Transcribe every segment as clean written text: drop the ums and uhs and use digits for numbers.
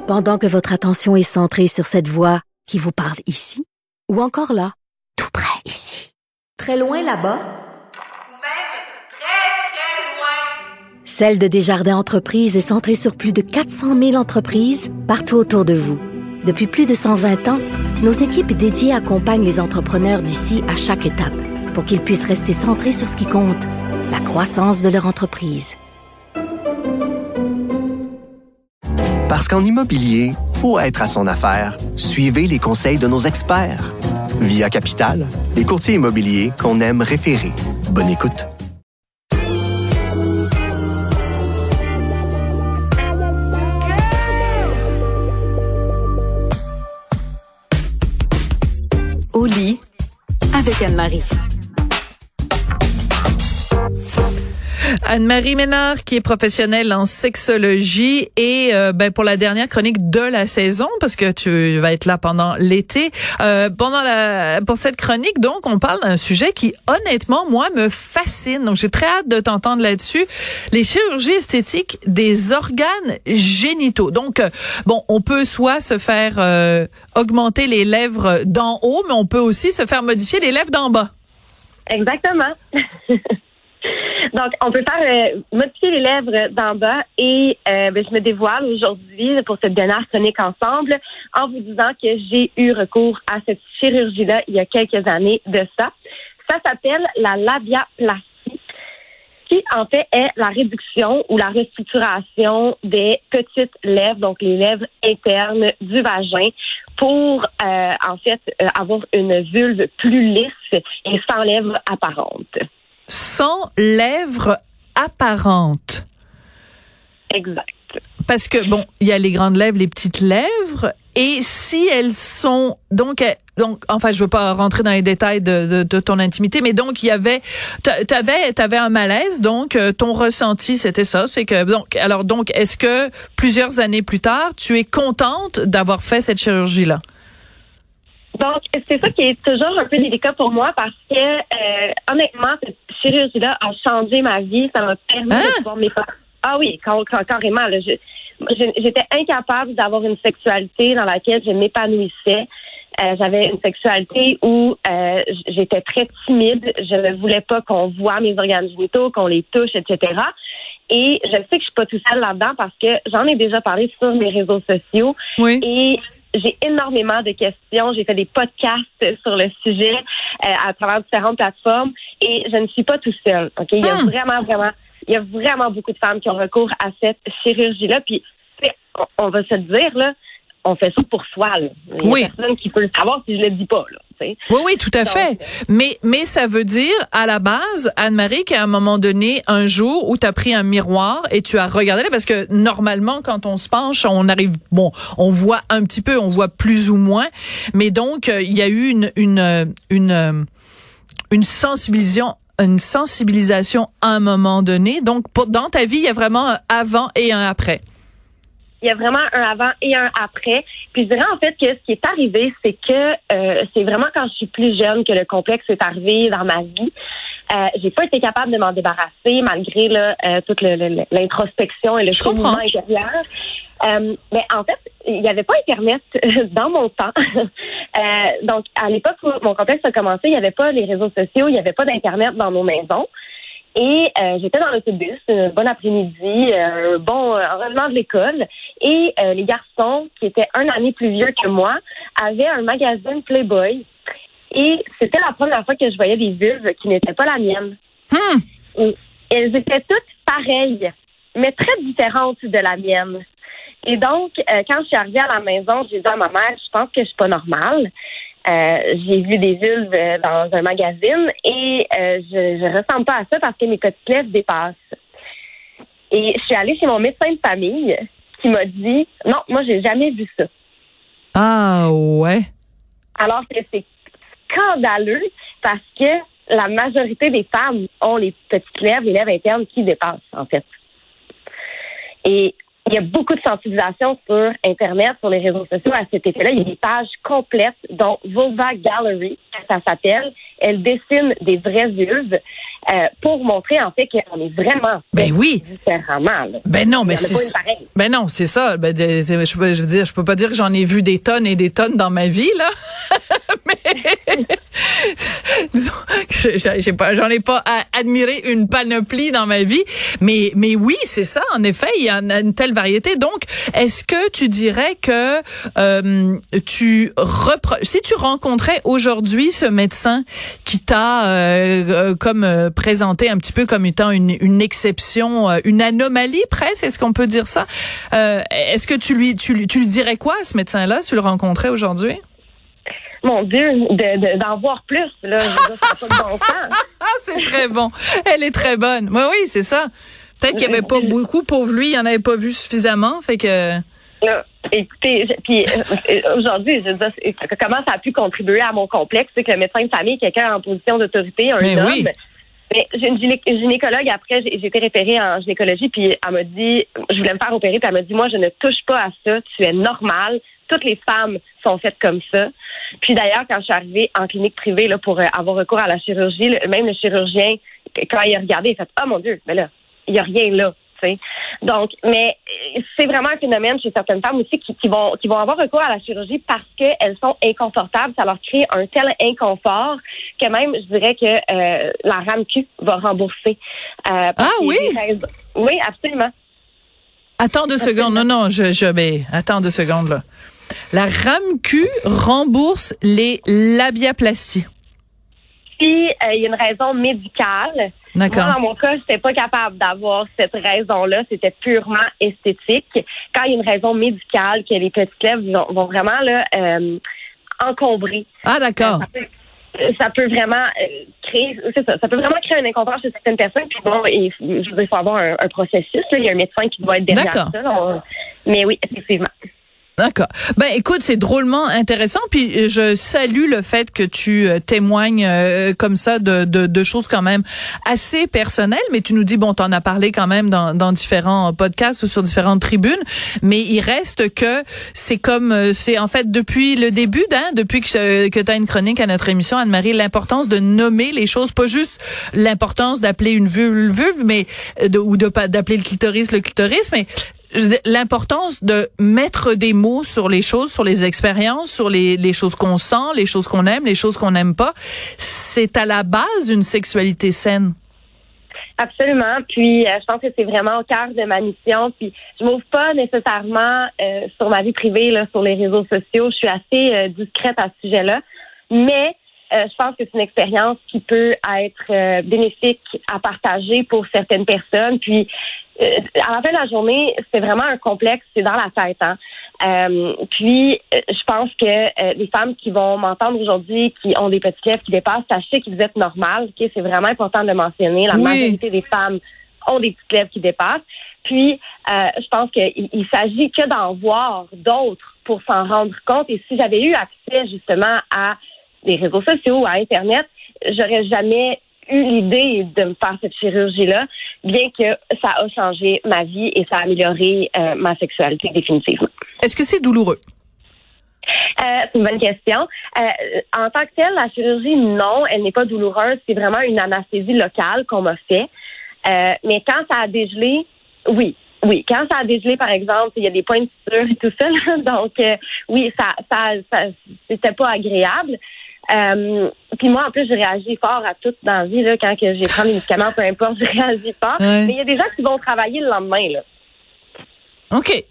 Pendant que votre attention est centrée sur cette voix qui vous parle ici, ou encore là, tout près ici, très loin là-bas, ou même très, très loin. Celle de Desjardins Entreprises est centrée sur plus de 400 000 entreprises partout autour de vous. Depuis plus de 120 ans, nos équipes dédiées accompagnent les entrepreneurs d'ici à chaque étape pour qu'ils puissent rester centrés sur ce qui compte, la croissance de leur entreprise. Parce qu'en immobilier, pour être à son affaire, suivez les conseils de nos experts. Via Capital, les courtiers immobiliers qu'on aime référer. Bonne écoute. Au lit avec Anne-Marie. Anne-Marie Ménard, qui est professionnelle en sexologie et pour la dernière chronique de la saison, parce que tu vas être là pendant l'été. Pour cette chronique, donc, on parle d'un sujet qui, honnêtement, moi, me fascine. Donc, j'ai très hâte de t'entendre là-dessus. Les chirurgies esthétiques des organes génitaux. Donc, on peut soit se faire augmenter les lèvres d'en haut, mais on peut aussi se faire modifier les lèvres d'en bas. Exactement. Donc, on peut faire modifier les lèvres d'en bas et je me dévoile aujourd'hui pour cette dernière chronique ensemble en vous disant que j'ai eu recours à cette chirurgie-là il y a quelques années de ça. Ça s'appelle la labiaplastie, qui en fait est la réduction ou la restructuration des petites lèvres, donc les lèvres internes du vagin, pour avoir une vulve plus lisse et sans lèvres apparentes. Sans lèvres apparentes. Exact. Parce que, il y a les grandes lèvres, les petites lèvres, et si elles sont, donc, enfin, je veux pas rentrer dans les détails de ton intimité, mais donc, t'avais un malaise, donc, ton ressenti, c'était ça, c'est que, donc, est-ce que, plusieurs années plus tard, tu es contente d'avoir fait cette chirurgie-là? Donc, c'est ça qui est toujours un peu délicat pour moi parce que, honnêtement, cette chirurgie-là a changé ma vie. Ça m'a permis de pouvoir m'épanouir. Ah oui, carrément. Là, j'étais incapable d'avoir une sexualité dans laquelle je m'épanouissais. J'avais une sexualité où j'étais très timide. Je ne voulais pas qu'on voit mes organes génitaux, qu'on les touche, etc. Et je sais que je suis pas tout seule là-dedans parce que j'en ai déjà parlé sur mes réseaux sociaux. Oui. Et j'ai énormément de questions. J'ai fait des podcasts sur le sujet à travers différentes plateformes et je ne suis pas tout seule. Ok, il y a vraiment beaucoup de femmes qui ont recours à cette chirurgie-là. Puis on va se le dire là, on fait ça pour soi. Là. Il y a personne qui peut le savoir si je le dis pas là. T'sais. Oui, tout à fait. Mais ça veut dire, à la base, Anne-Marie, qu'à un moment donné, un jour où tu as pris un miroir et tu as regardé là, parce que normalement, quand on se penche, on arrive, on voit un petit peu, on voit plus ou moins. Mais donc, il y a eu une sensibilisation à un moment donné. Donc, dans ta vie, il y a vraiment un avant et un après. Il y a vraiment un avant et un après. Puis je dirais en fait que ce qui est arrivé, c'est que c'est vraiment quand je suis plus jeune que le complexe est arrivé dans ma vie. J'ai pas été capable de m'en débarrasser malgré toute l'introspection et le cheminement intérieur. Mais en fait, il n'y avait pas Internet dans mon temps. Donc, à l'époque où mon complexe a commencé, il n'y avait pas les réseaux sociaux, il n'y avait pas d'Internet dans nos maisons. Et j'étais dans l'autobus, un bon après-midi, un bon rangement de l'école. Et les garçons, qui étaient un année plus vieux que moi, avaient un magazine Playboy. Et c'était la première fois que je voyais des vulves qui n'étaient pas la mienne. Et elles étaient toutes pareilles, mais très différentes de la mienne. Et donc, quand je suis arrivée à la maison, j'ai dit à ma mère, je pense que je suis pas normale. J'ai vu des vulves dans un magazine et je ressemble pas à ça parce que mes petites lèvres dépassent. Et je suis allée chez mon médecin de famille qui m'a dit non, moi j'ai jamais vu ça. Ah ouais. Alors que c'est scandaleux parce que la majorité des femmes ont les petites lèvres, les lèvres internes qui dépassent en fait. Et il y a beaucoup de sensibilisation sur Internet, sur les réseaux sociaux à cet effet-là. Il y a des pages complètes, dont Vulva Gallery, ça s'appelle. elle dessine des vraies vulves pour montrer en fait qu'on est vraiment différemment. Là. Ben non, mais c'est ben non, c'est ça. Ben, je veux dire, je peux pas dire que j'en ai vu des tonnes et des tonnes dans ma vie là. Mais disons que j'en ai pas admiré une panoplie dans ma vie, mais oui, c'est ça. En effet, il y en a une telle variété. Donc, est-ce que tu dirais que si tu rencontrais aujourd'hui ce médecin qui t'a présenté un petit peu comme étant une exception, une anomalie presque, est-ce qu'on peut dire ça? Est-ce que tu lui dirais quoi à ce médecin-là si tu le rencontrais aujourd'hui? Mon Dieu, d'en voir plus, là, je veux dire, ça n'a pas de bon sens. C'est très bon. Elle est très bonne. Oui, c'est ça. Peut-être qu'il n'y avait pas beaucoup, pauvre lui, il n'en avait pas vu suffisamment, fait que... Là, écoutez, puis aujourd'hui, je veux dire, comment ça a pu contribuer à mon complexe, c'est que le médecin de famille, quelqu'un en position d'autorité, un homme... Oui. Mais j'ai une gynécologue, après, j'ai été référée en gynécologie, puis elle m'a dit, je voulais me faire opérer, puis elle m'a dit, moi, je ne touche pas à ça, tu es normale, toutes les femmes sont faites comme ça. Puis d'ailleurs, quand je suis arrivée en clinique privée là pour avoir recours à la chirurgie, même le chirurgien, quand il a regardé, il a fait « Ah, mon Dieu, mais là, il n'y a rien là. » Donc, mais c'est vraiment un phénomène chez certaines femmes aussi qui vont avoir recours à la chirurgie parce qu'elles sont inconfortables. Ça leur crée un tel inconfort que même, je dirais que la RAMQ va rembourser. Oui? Oui, absolument. Attends 2 secondes. Non, mais attends 2 secondes, là. La RAMQ rembourse les labiaplasties. Si il y a une raison médicale, d'accord. Moi, dans mon cas, je n'étais pas capable d'avoir cette raison-là. C'était purement esthétique. Quand il y a une raison médicale, que les petites lèvres vont vraiment là encombrer. Ah, d'accord. Ça peut vraiment créer, c'est ça. Ça peut vraiment créer un inconfort chez certaines personnes. Puis bon, je veux dire, il faut avoir un processus. Là. Il y a un médecin qui doit être derrière ça. Mais oui, effectivement. D'accord. Ben écoute, c'est drôlement intéressant, puis je salue le fait que tu témoignes comme ça de choses quand même assez personnelles, mais tu nous dis bon, t'en as parlé quand même dans différents podcasts ou sur différentes tribunes, mais il reste que c'est en fait depuis le début, depuis que t'as une chronique à notre émission, Anne-Marie, l'importance de nommer les choses, pas juste l'importance d'appeler une vulve, mais d'appeler le clitoris, mais l'importance de mettre des mots sur les choses, sur les expériences, sur les choses qu'on sent, les choses qu'on aime, les choses qu'on n'aime pas. C'est à la base d'une sexualité saine. Absolument. Puis, je pense que c'est vraiment au cœur de ma mission. Puis, je m'ouvre pas nécessairement sur ma vie privée, là, sur les réseaux sociaux. Je suis assez discrète à ce sujet-là. Mais je pense que c'est une expérience qui peut être bénéfique à partager pour certaines personnes. Puis, à la fin de la journée, c'est vraiment un complexe, c'est dans la tête. Hein. Puis, je pense que les femmes qui vont m'entendre aujourd'hui, qui ont des petites lèvres qui dépassent, sachez que vous êtes normales. Okay? C'est vraiment important de le mentionner. La majorité des femmes ont des petites lèvres qui dépassent. Puis, je pense qu'il s'agit que d'en voir d'autres pour s'en rendre compte. Et si j'avais eu accès justement à des réseaux sociaux ou à Internet, j'aurais jamais eu l'idée de me faire cette chirurgie-là, bien que ça a changé ma vie et ça a amélioré ma sexualité définitivement. Est-ce que c'est douloureux? C'est une bonne question. En tant que telle, la chirurgie, non, elle n'est pas douloureuse. C'est vraiment une anesthésie locale qu'on m'a fait. Mais quand ça a dégelé, oui. Oui, quand ça a dégelé, par exemple, il y a des points de suture et tout ça. Là, donc, oui, ça c'était pas agréable. Puis moi, en plus, je réagis fort à tout dans la vie. Là, quand que j'ai pris des médicaments, peu importe, je réagis fort. Ouais. Mais il y a des gens qui vont travailler le lendemain. Là. OK.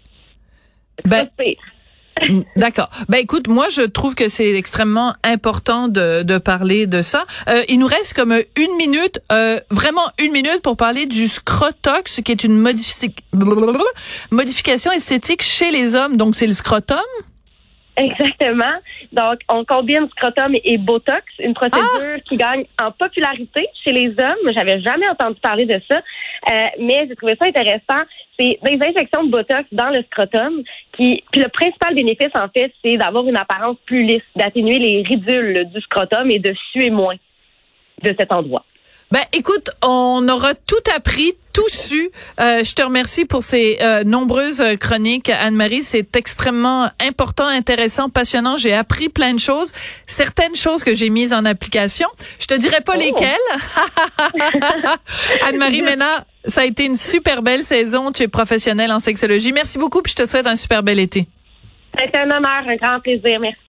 D'accord. Ben écoute, moi je trouve que c'est extrêmement important de parler de ça. Il nous reste comme 1 minute, vraiment 1 minute pour parler du scrotox, qui est une modification esthétique chez les hommes. Donc c'est le scrotum. Exactement. Donc, on combine scrotum et botox, une procédure qui gagne en popularité chez les hommes. J'avais jamais entendu parler de ça, mais j'ai trouvé ça intéressant. C'est des injections de botox dans le scrotum puis le principal bénéfice, en fait, c'est d'avoir une apparence plus lisse, d'atténuer les ridules du scrotum et de suer moins de cet endroit. Ben, écoute, on aura tout appris, tout su. Je te remercie pour ces nombreuses chroniques, Anne-Marie. C'est extrêmement important, intéressant, passionnant. J'ai appris plein de choses. Certaines choses que j'ai mises en application. Je te dirai pas lesquelles. Anne-Marie Ménard, ça a été une super belle saison. Tu es professionnelle en sexologie. Merci beaucoup, puis je te souhaite un super bel été. C'est un honneur, un grand plaisir. Merci.